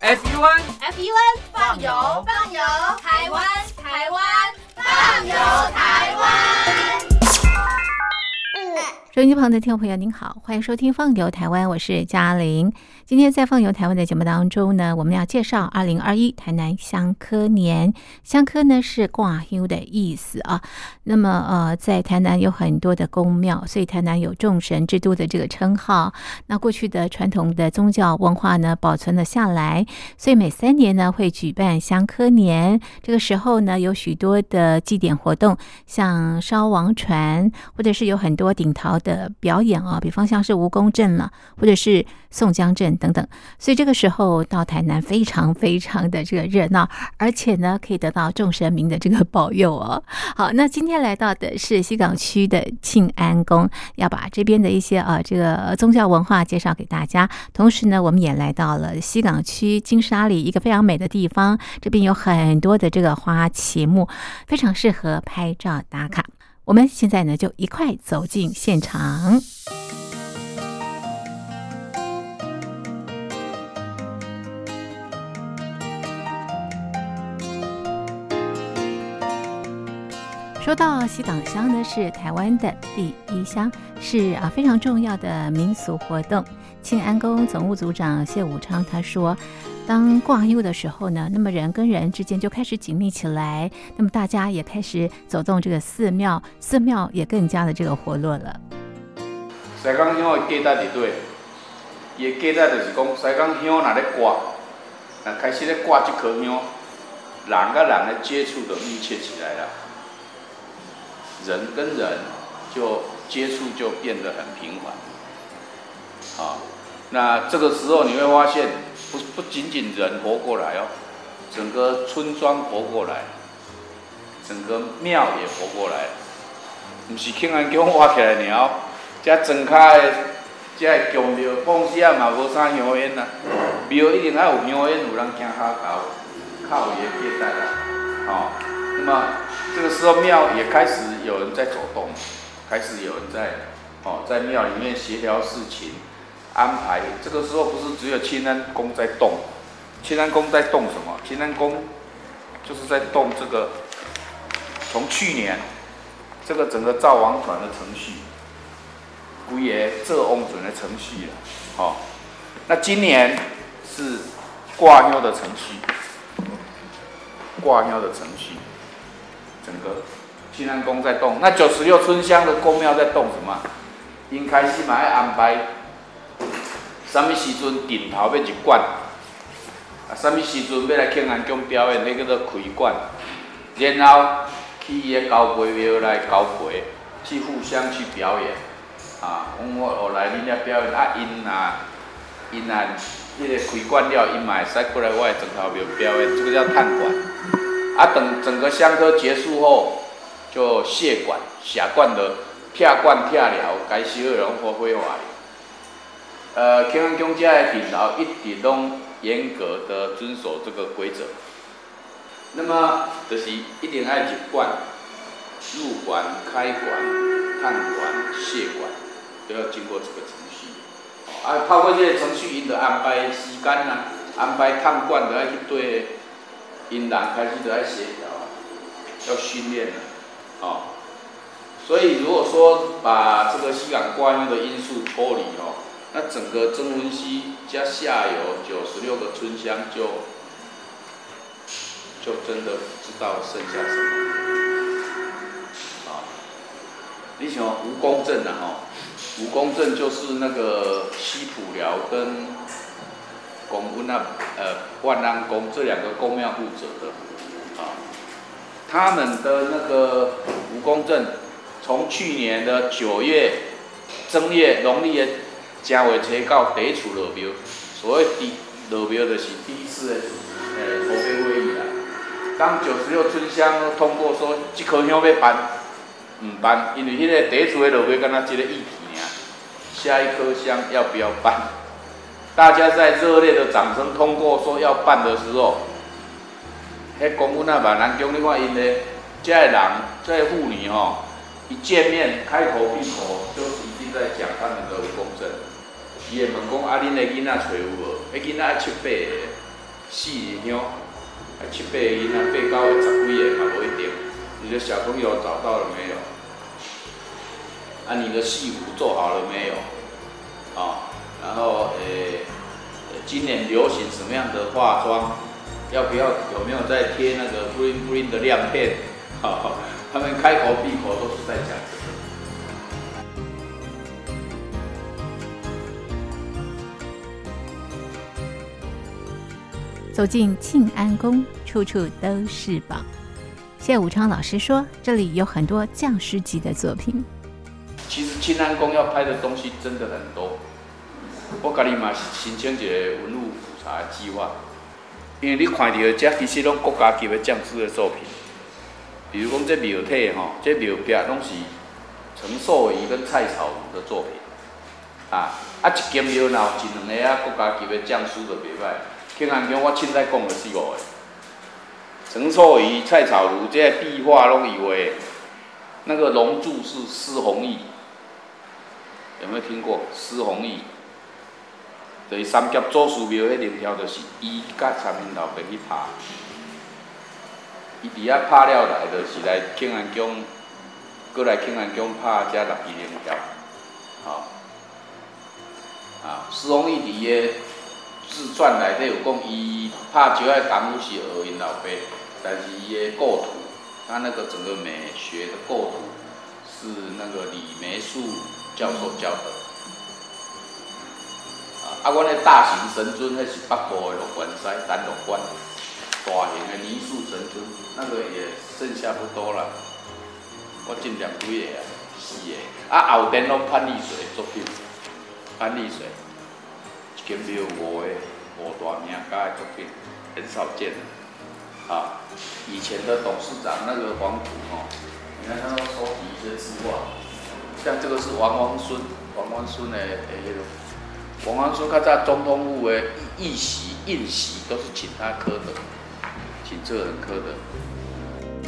FUN 放油台湾放油台湾。 收音机旁的听众朋友您好，欢迎收听放游台湾，我是嘉玲。今天在放游台湾的节目当中呢，我们要介绍2021台南香科年。香科呢是挂香的意思啊。那么在台南有很多的宫庙，所以台南有众神之都的这个称号。那过去的传统的宗教文化呢保存了下来，所以每3年呢会举办香科年。这个时候呢有许多的祭典活动，像烧王船，或者是有很多顶桃的表演啊，比方像是蜈蚣阵了，或者是宋江阵等等，所以这个时候到台南非常非常的这个热闹，而且呢可以得到众神明的这个保佑哦。好，那今天来到的是西港区的庆安宫，要把这边的一些这个宗教文化介绍给大家。同时呢，我们也来到了西港区金沙里一个非常美的地方，这边有很多的这个花旗木，非常适合拍照打卡。我们现在呢就一块走进现场。说到西港乡呢，是台湾的第1乡，是非常重要的民俗活动。庆安宫总务组长谢武昌他说，当挂香的时候呢，那么人跟人之间就开始紧密起来，那么大家也开始走动这个寺庙，寺庙也更加的这个活络了。 西港乡的价值在对，伊的价值就是讲，西港乡若咧挂，若开始咧挂这棵香，人跟人的接触就密切起来了，人跟人就接触就变得很频繁。好，那这个时候你会发现，不仅仅人活过来哦，整个村庄活过来，整个庙也活过来，不是庆安宫挖起来了，这庄脚的这宫庙放时啊嘛无啥香烟啊，庙一定要有香烟，有人行下高，靠伊的价值啦。好，那么这个时候庙也开始有人在走动，开始有人在庙里面协调事情。安排这个时候不是只有庆安宫在动，庆安宫在动什么？庆安宫就是在动这个，从去年这个整个造王船的程序，规个做王船的程序了，好，那今年是挂香的程序，挂香的程序，整个庆安宫在动，那96村乡的宫庙在动什么？因开始嘛要安排。什么时阵顶头要入馆？什么时阵要来庆安宫表演？那叫做开馆，然后去伊个交陪庙来交陪，去互相去表演。讲我来恁遐表演，因若迄个开馆了，因嘛会使过来我的庄头庙表演，这个叫探馆。等整个香科结束后，就谢馆，下馆的拆馆拆了，该收的拢好火化。庆安宫这的顶楼一直拢严格的遵守这个规则。那么就是一定要入馆、入馆、开馆、探馆、谢馆，都要经过这个程序。透过这个程序，因就安排时间啊，安排探馆就要去对因人开始就要协调，要训练了。所以如果说把这个西港挂香的因素抽离那整个曾文溪加下游96个村乡就真的不知道剩下什么。你想蜈蚣阵蜈蚣阵就是那个西埔寮跟公温万安宫这2个宫庙负责的他们的那个蜈蚣阵从去年的9月正月农历的正月初9第一次落庙，所谓落庙就是第一次的筹备会议啦。当96村乡通过说这棵香要办，唔办，因为迄个第一次的落庙敢若一个议题尔，下一棵香要不要办？大家在热烈的掌声通过说要办的时候，迄公阮万安宫，你看因的这人，这妇女一见面开口闭口就已经在讲他们的蜈蚣阵。伊会问讲恁的囡仔找有无？迄囡仔爱7、8个， 4个乡，7、8个囡仔，8、9个、10几个嘛不一定。你的小朋友找到了没有？你的戏服做好了没有？然后今年流行什么样的化妆？有没有在贴那个 bling bling 的亮片？他们开口闭口都是在讲这个。 走进庆安宫，处处都是宝。谢武昌老师说，这里有很多匠师级的作品。 其实庆安宫要拍的东西真的很多，我家己嘛是申请一个文物普查的计划，因为你看到的这其实拢国家级的匠师的作品，比如讲这庙体这庙壁拢是陈寿仪跟蔡草如的作品，一间庙若有一两个国家级的匠师就袂歹。庆安宫我凊彩讲就4、5个，陈寿仪、蔡草如这些壁画拢以为那个龙柱是施弘毅。有没有听过施弘毅？就是三峡祖师庙迄灵条，就是伊甲参面头边去拍。伊伫遐拍了来，就是来庆安宫，过来庆安宫拍遮6支灵条。施弘毅伫个自传内底有讲，伊拍石的功夫是学因老爸，但是伊的构图，他那个整个美学的构图是那个李梅树教授教的。阮的大型神尊，那是北部的鹿关西南鹿关，大型的泥塑神尊，那个也剩下不多了。我尽量几个4个。后殿拢潘丽水的作品，潘丽水，一间庙5大名家的作品，很少见的。以前的董事长那个黄埔你看他都收集一些字画，像这个是王孙的迄个。王王孙较早总统府的印玺都是请他刻的，请这个人刻的。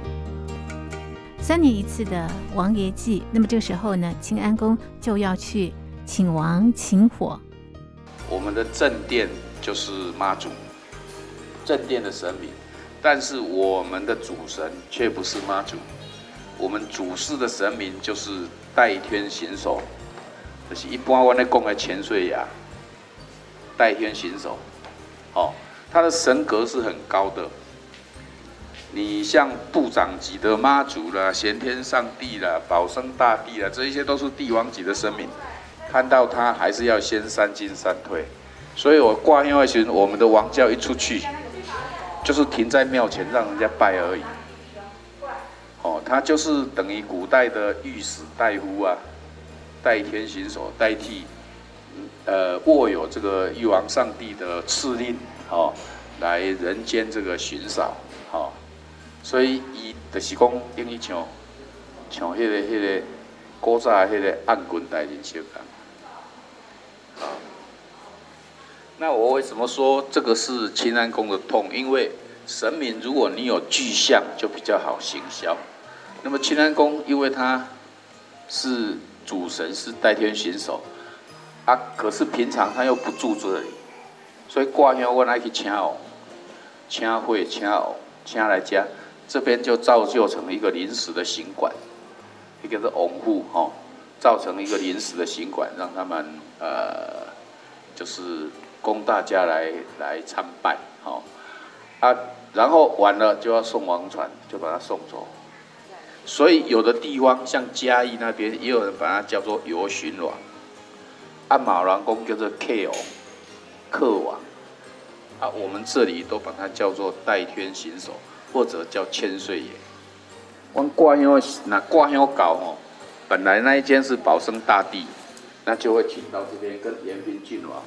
3年一次的王爷祭，那么这个时候呢，庆安宫就要去请王请火。 我们的正殿就是妈祖，正殿的神明，但是我们的主神却不是妈祖，我们主事的神明就是代天行守。就是一般我们讲的千岁爷，代天行守，他的神格是很高的。你像部长级的妈祖啦、玄天上帝啦、保生大帝啦，这一些都是帝王级的神明，看到他还是要先3进3退。所以我挂香的时候，我们的王轿一出去，就是停在庙前让人家拜而已。他就是等于古代的御史大夫啊。代天行守，代替握有这个玉皇上帝的敕令，来人间这个巡扫，所以伊就是讲等于像迄个古早迄个按棍代人相共。那我为什么说这个是庆安宫的痛？因为神明如果你有具象，就比较好行销。那么庆安宫，因为它是主神是代天行守，可是平常他又不住这里，所以挂香我爱去请偶、请会、请偶、请来家，这边就造就成一个临时的行馆，一个是翁户造成一个临时的行馆，让他们就是供大家来参拜然后完了就要送王船，就把它送走。所以有的地方像嘉义那边，也有人把它叫做游巡王，马兰宫叫做客王，我们这里都把它叫做代天行守，或者叫千岁爷。我挂香那挂香搞本来那一间是保生大帝，那就会请到这边跟延平郡王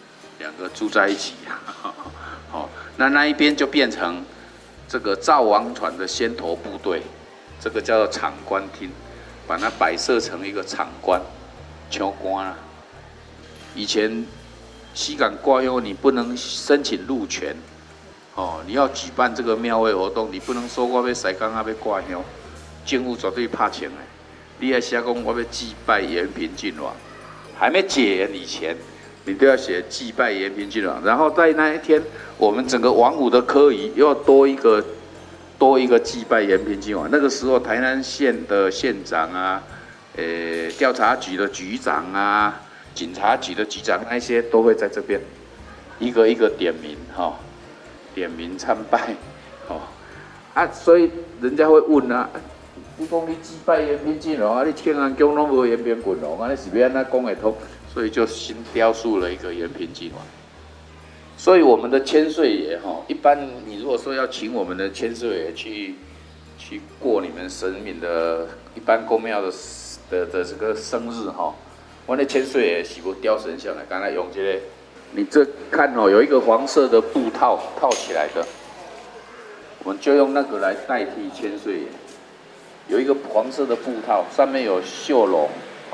2个住在一起那一边就变成这个造王船的先头部队。这个叫做场官厅，把它摆设成一个场官、秋官啦。以前西港挂香，你不能申请入权，你要举办这个庙会活动，你不能说我要西港要挂香，政府绝对拍枪的。你要写讲我要祭拜延平郡王，还没解严以前， 你都要写祭拜延平郡王。然后在那一天，我们整个王府的科仪又要多一个祭拜延平郡王。那个时候，台南县的县长啊，调查局的局长啊，警察局的局长那些都会在这边，一个一个点名哈，点名参拜，所以人家会问啊。你讲你祭拜延平郡王啊，你庆安宫拢无延平郡王啊，你是要安怎讲会通？所以就新雕塑了一个延平郡王。所以我们的千岁爷一般你如果说要请我们的千岁爷去过你们神明的一般宫庙的这个生日我那千岁爷是不雕神像的，刚才用这个，你这看有一个黄色的布套起来的，我们就用那个来代替千岁爷。有一个黄色的布套，上面有绣龙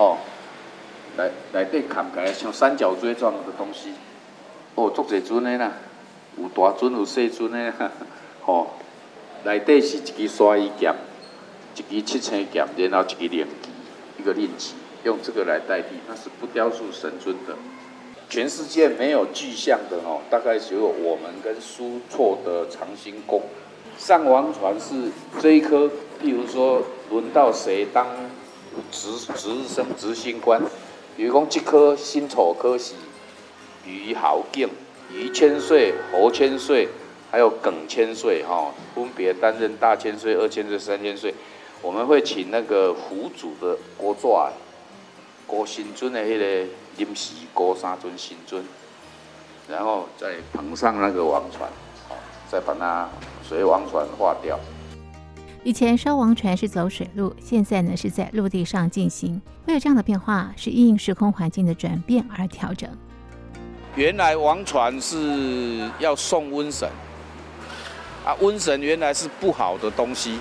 内底砍起来像三角锥状的东西，足侪尊的啦，有大尊有小尊的啦，内底是一支刷衣剑，一支七星剑，然后一支令旗，一个令旗，用这个来代替，那是不雕塑神尊的。全世界没有具象的大概只有我们跟苏措的长兴宫。上王船是这一颗，譬如说轮到谁当值日生执行官，比如讲这颗辛丑科是于豪敬、于千岁、侯千岁，还有耿千岁分别担任大千岁、二千岁、三千岁。我们会请那个府主的国纸国新尊的那个临时国三尊新尊，然后再捧上那个王船，再把它随王船化掉。 以前烧王船是走水路，现在呢是在陆地上进行。会有这样的变化，是因应时空环境的转变而调整。 原来王船是要送瘟神瘟神原来是不好的东西。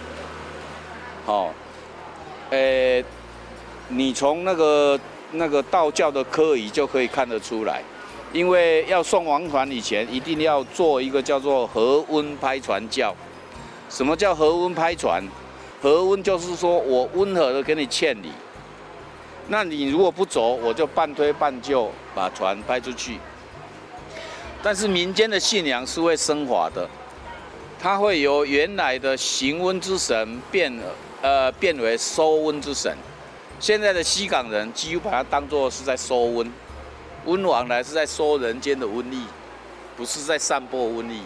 你从那个道教的科仪就可以看得出来，因为要送王船以前，一定要做一个叫做和温拍船教。什么叫和温拍船？和温就是说我温和的给你劝礼，那你如果不走，我就半推半就把船拍出去。但是民间的信仰是会升华的，它会由原来的行温之神变为收温之神。现在的西港人几乎把它当作是在收瘟，瘟王来是在收人间的瘟疫，不是在散播瘟疫。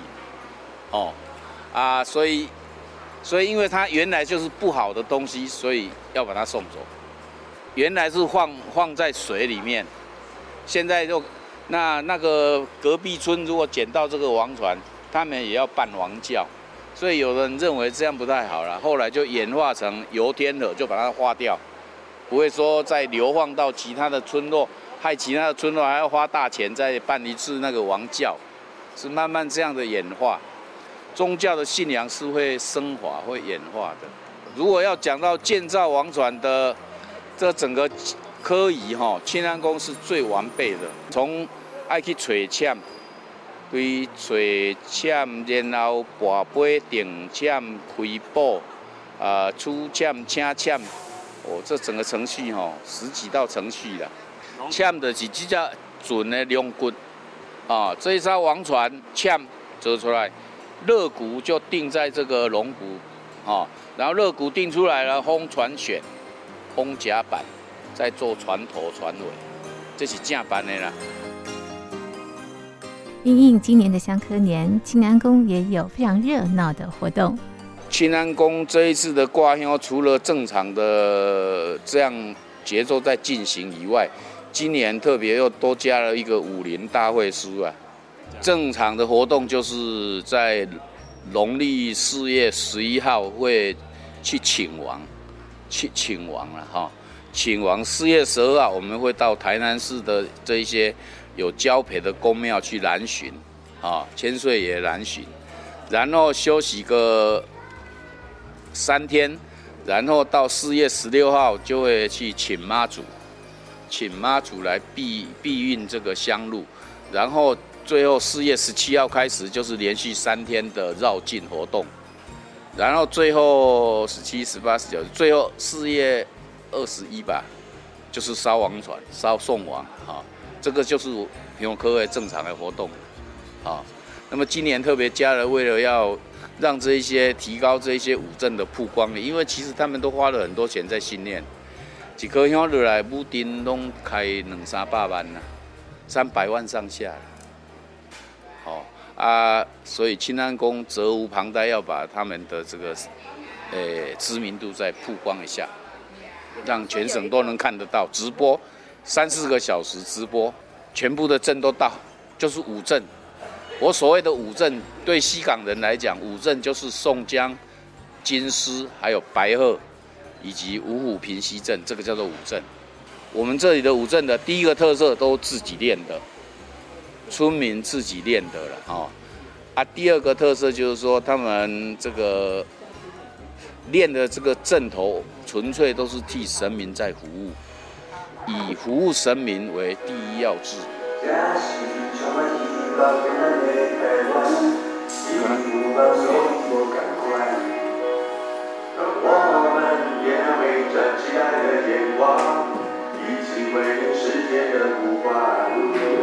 所以因为它原来就是不好的东西，所以要把它送走。原来是放在水里面，现在就那个隔壁村如果捡到这个王船，他们也要办王教，所以有人认为这样不太好了，后来就演化成游天河，就把它化掉，不会说再流放到其他的村落，害其他的村落还要花大钱再办一次那个王教，是慢慢这样的演化。宗教的信仰是会升华、会演化的。如果要讲到建造王船的这整个科仪庆安宫是最完备的。从爱去找签，对找签，然后跋杯订签、开宝、出签、请签，这整个程序10几道程序啦。签的是这只船的龙骨这一艘王船签做出来。肋骨就定在这个龙骨，然后肋骨定出来了，封船选、封甲板，再做船头、船尾，这是正版的啦。 因应今年的香科年，庆安宫也有非常热闹的活动。 庆安宫这一次的挂香，除了正常的这样节奏在进行以外，今年特别又多加了一个武林大会师啊。正常的活动就是在农历4月11号会去请王了请王4月12号我们会到台南市的这一些有交配的宫庙去南巡千岁爷南巡，然后休息个3天，然后到4月16号就会去请妈祖来避运这个香路，然后最后4月17号开始就是连续3天的绕境活动，然后最后17、18、19，最后4月21吧，就是烧王船、烧送王这个就是平湖科会正常的活动，啊。那么今年特别加了，为了要让这一些提高这一些舞阵的曝光率，因为其实他们都花了很多钱在训练，一颗乡落来武丁拢开200-300万啦，300万上下了，哦啊，所以青安宫责无旁贷要把他们的这个知名度再曝光一下，让全省都能看得到，直播3-4个小时直播，全部的阵都到，就是舞阵。我所谓的舞阵，对西港人来讲，舞阵就是宋江、金狮，还有白鹤，以及五虎平西阵，这个叫做舞阵。我们这里的舞阵的第一个特色都自己练的，村民自己练的了哦。啊，第二个特色就是说，他们这个练的这个阵头，纯粹都是替神明在服务，以服务神明为第一要旨。可能我们也会站起来的眼光，一起回应世界的呼唤。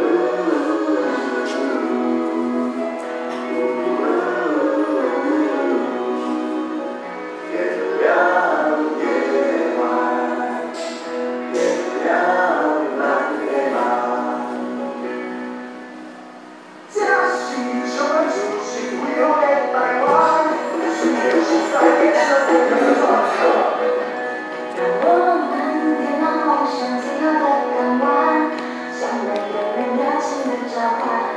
天亮夜晚，天亮蓝天马。假期成为主席，不用连台湾，是流行在电视的传说。让我们点亮梦想最后的港湾，向每个人热情的召唤。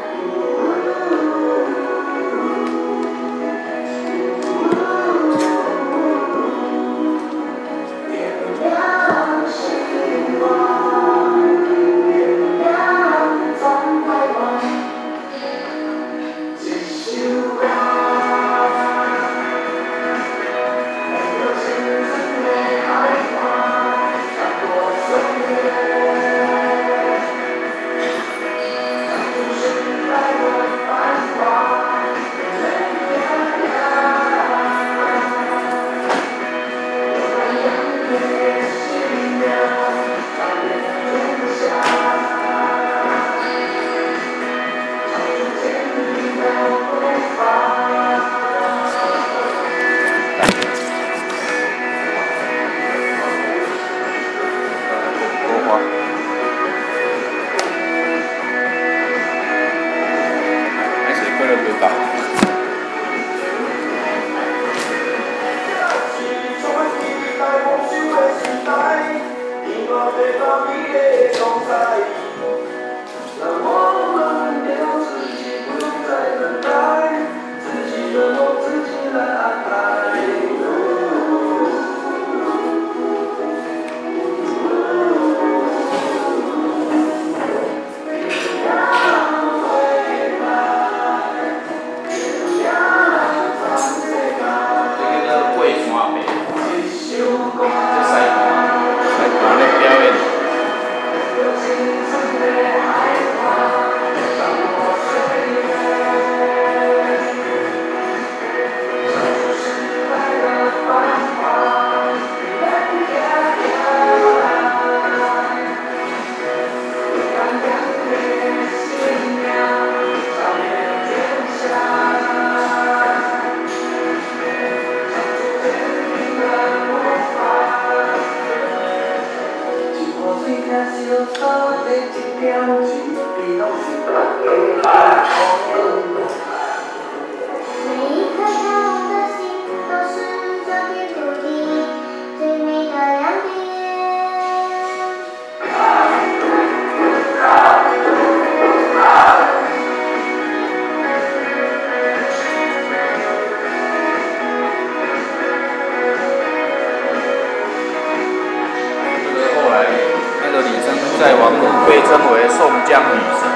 在网络被称为宋江女神，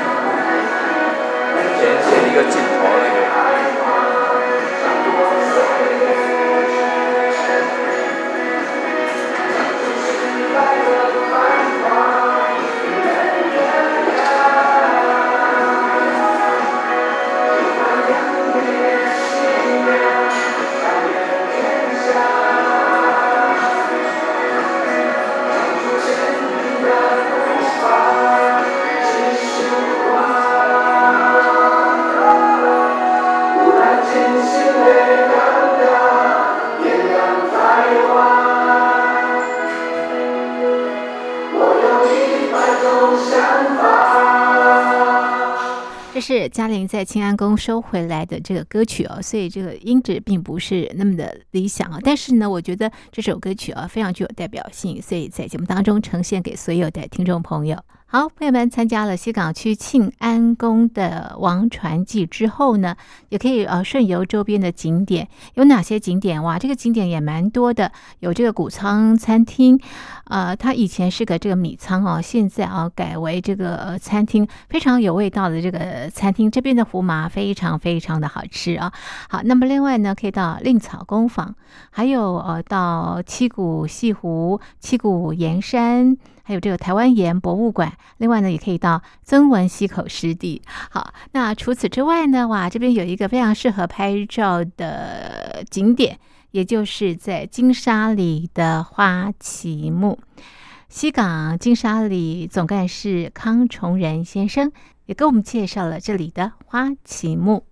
前一个镜头那个。 这是嘉玲在清安宫收回来的这个歌曲哦，所以这个音质并不是那么的理想啊。但是呢，我觉得这首歌曲啊非常具有代表性，所以在节目当中呈现给所有的听众朋友。好，朋友们参加了西港区庆安宫的王船祭之后呢，也可以顺游周边的景点。有哪些景点？哇，这个景点也蛮多的，有这个谷仓餐厅，它以前是个这个米仓哦，现在改为这个餐厅，非常有味道的这个餐厅。这边的胡麻非常非常的好吃啊。好，那么另外呢，可以到令草工坊，还有到七股西湖、七股盐山。还有这个台湾盐博物馆，另外呢也可以到曾文溪口湿地。好，那除此之外呢，哇，这边有一个非常适合拍照的景点，也就是在金沙里的花旗木。西港金沙里总干事康崇仁先生也给我们介绍了这里的花旗木。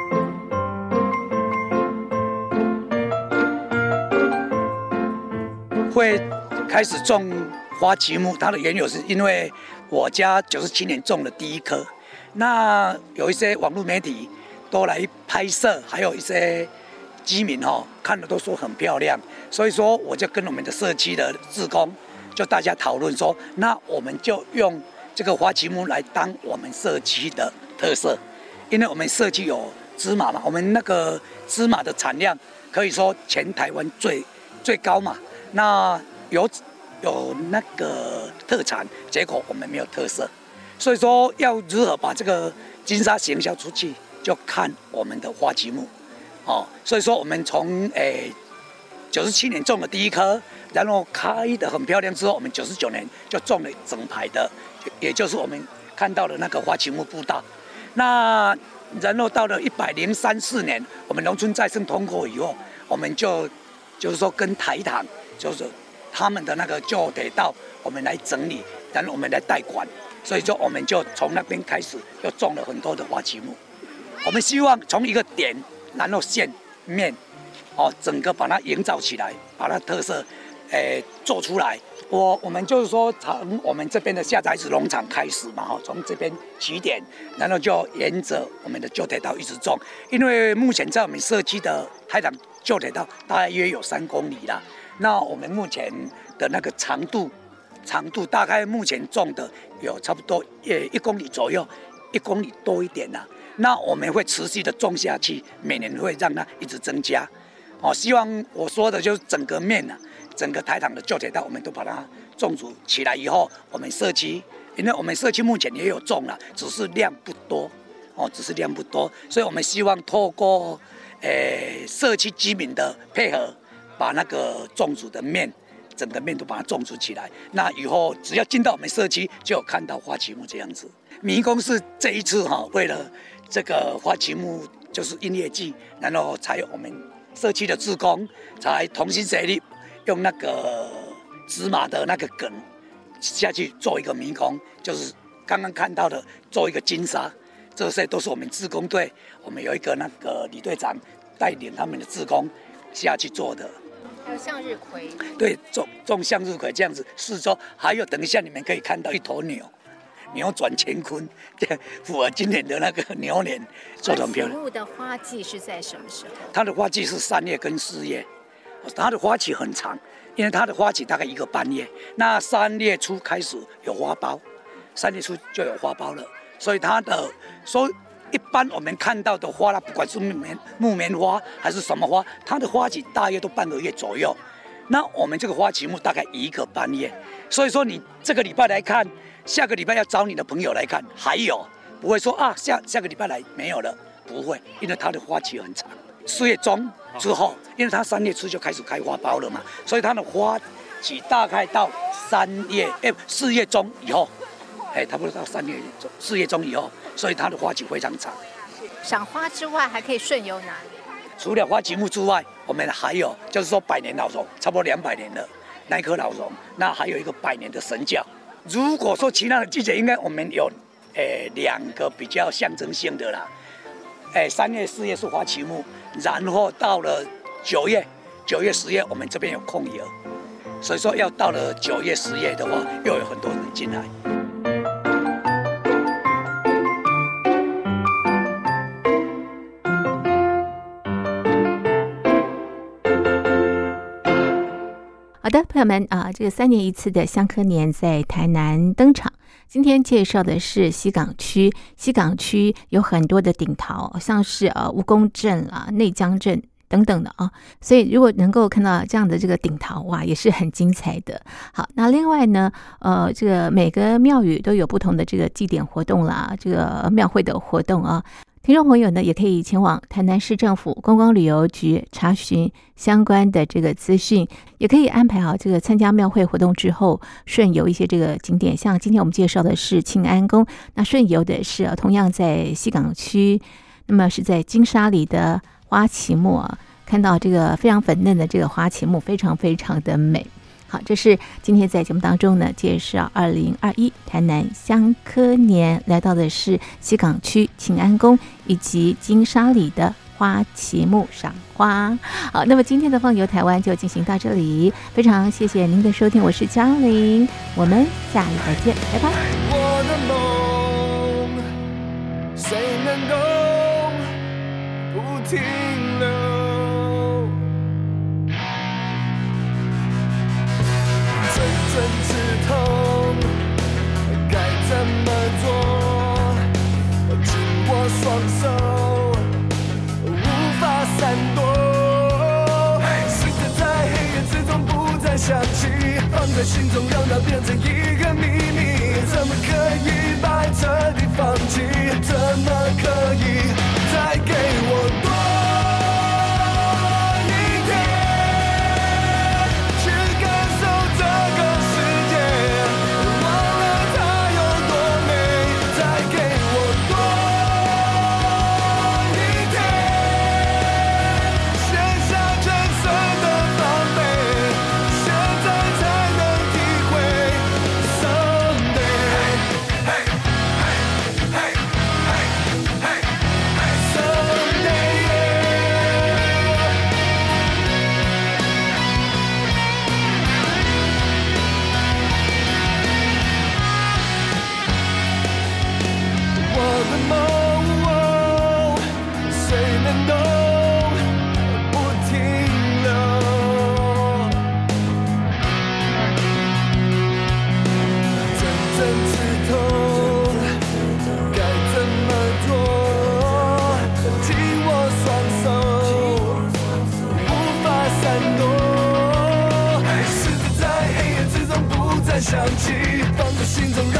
会开始种花旗木，它的缘由是因为我家97年种了第一棵，那有一些网络媒体都来拍摄，还有一些居民看了都说很漂亮，所以说我就跟我们的社区的志工就大家讨论说，那我们就用这个花旗木来当我们社区的特色，因为我们社区有芝麻嘛，我们那个芝麻的产量可以说全台湾最高嘛，那有那个特产，结果我们没有特色，所以说要如何把这个金沙行销出去，就看我们的花旗木，所以说我们从97年种了第一棵，然后开得很漂亮之后，我们99年就种了整排的，也就是我们看到的那个花旗木步道。那然后到了103、4年，我们农村再生通过以后，我们就是说跟台糖就是他们的那个旧铁道，我们来整理，然后我们来代管，所以说我们就从那边开始又种了很多的花旗木。我们希望从一个点，然后线面，整个把它营造起来，把它特色，做出来。我们就是说从我们这边的下宅子农场开始嘛，从这边起点，然后就沿着我们的旧铁道一直种，因为目前在我们社区的台糖旧铁道大约有3公里啦。那我们目前的那个长度大概目前种的有差不多1公里左右，1公里多一点啦。那我们会持续的种下去，每年会让它一直增加。希望我说的就是整个面啊，整个台糖的旧铁道，我们都把它种植起来以后，我们社区，因为我们社区目前也有种了，只是量不多，所以我们希望透过社区居民的配合，把那个种植的面，整个面都把它种植起来。那以后只要进到我们社区，就有看到花旗木这样子。迷宫是这一次为了这个花旗木就是音乐季，然后才有我们社区的志工才同心协力，用那个芝麻的那个梗下去做一个迷宫，就是刚刚看到的做一个金沙，这些都是我们志工队，我们有一个那个李队长带领他们的志工下去做的。 还有向日葵， 对，种向日葵这样子四周，还有等一下你们可以看到一头牛转乾坤，符合今年的那个牛年，做得很漂亮。 花旗木的花季是在什么时候？ 它的花季是3月跟4月，它的花期很长，因为它的花期大概1个半月。那3月初开始有花苞，3月初就有花苞了，所以一般我们看到的花啦，不管是木棉花还是什么花，它的花期大约都半个月左右。那我们这个花旗木大概1个半月，所以说你这个礼拜来看，下个礼拜要找你的朋友来看，还有不会说下个礼拜来没有了，不会，因为它的花期很长。4月中之后，因为它3月初就开始开花苞了嘛，所以它的花期大概到4月中以后，差不多到4月中以后，所以它的花期非常长。 赏花之外，还可以顺游哪里？ 除了花旗木之外，我们还有就是说100年老榕，差不多200年的那一棵老榕，那还有一个100年的神教。如果说其他的季节，应该我们有2个比较象征性的啦。3月、4月是花旗木，然后到了9月、10月，我们这边有控油，所以说要到了9月、10月的话，又有很多人进来。 的，朋友们这个3年一次的香科年在台南登场。今天介绍的是西港区，西港区有很多的顶桃，像是蜈蚣镇啦、内江镇等等的所以如果能够看到这样的这个顶桃，哇，也是很精彩的。好，那另外呢，这个每个庙宇都有不同的这个祭典活动啦，这个庙会的活动听众朋友呢，也可以前往台南市政府观光旅游局查询相关的这个资讯，也可以安排好这个参加庙会活动之后，顺游一些这个景点。像今天我们介绍的是庆安宫，那顺游的是同样在西港区，那么是在金沙里的花旗木看到这个非常粉嫩的这个花旗木，非常非常的美。好，这是今天在节目当中呢介绍2021台南香科年，来到的是西港区庆安宫以及金沙里的花旗木赏花。好，那么今天的放游台湾就进行到这里，非常谢谢您的收听，我是嘉玲，我们下一回见，拜拜。 我的梦，谁能够不停留？针刺痛，该怎么做？紧握双手，无法闪躲。时间在黑夜之中不再响起，放在心中，让它变成一个秘密。怎么可以把彻底放弃？怎么可以再给我多？想起，放在心中。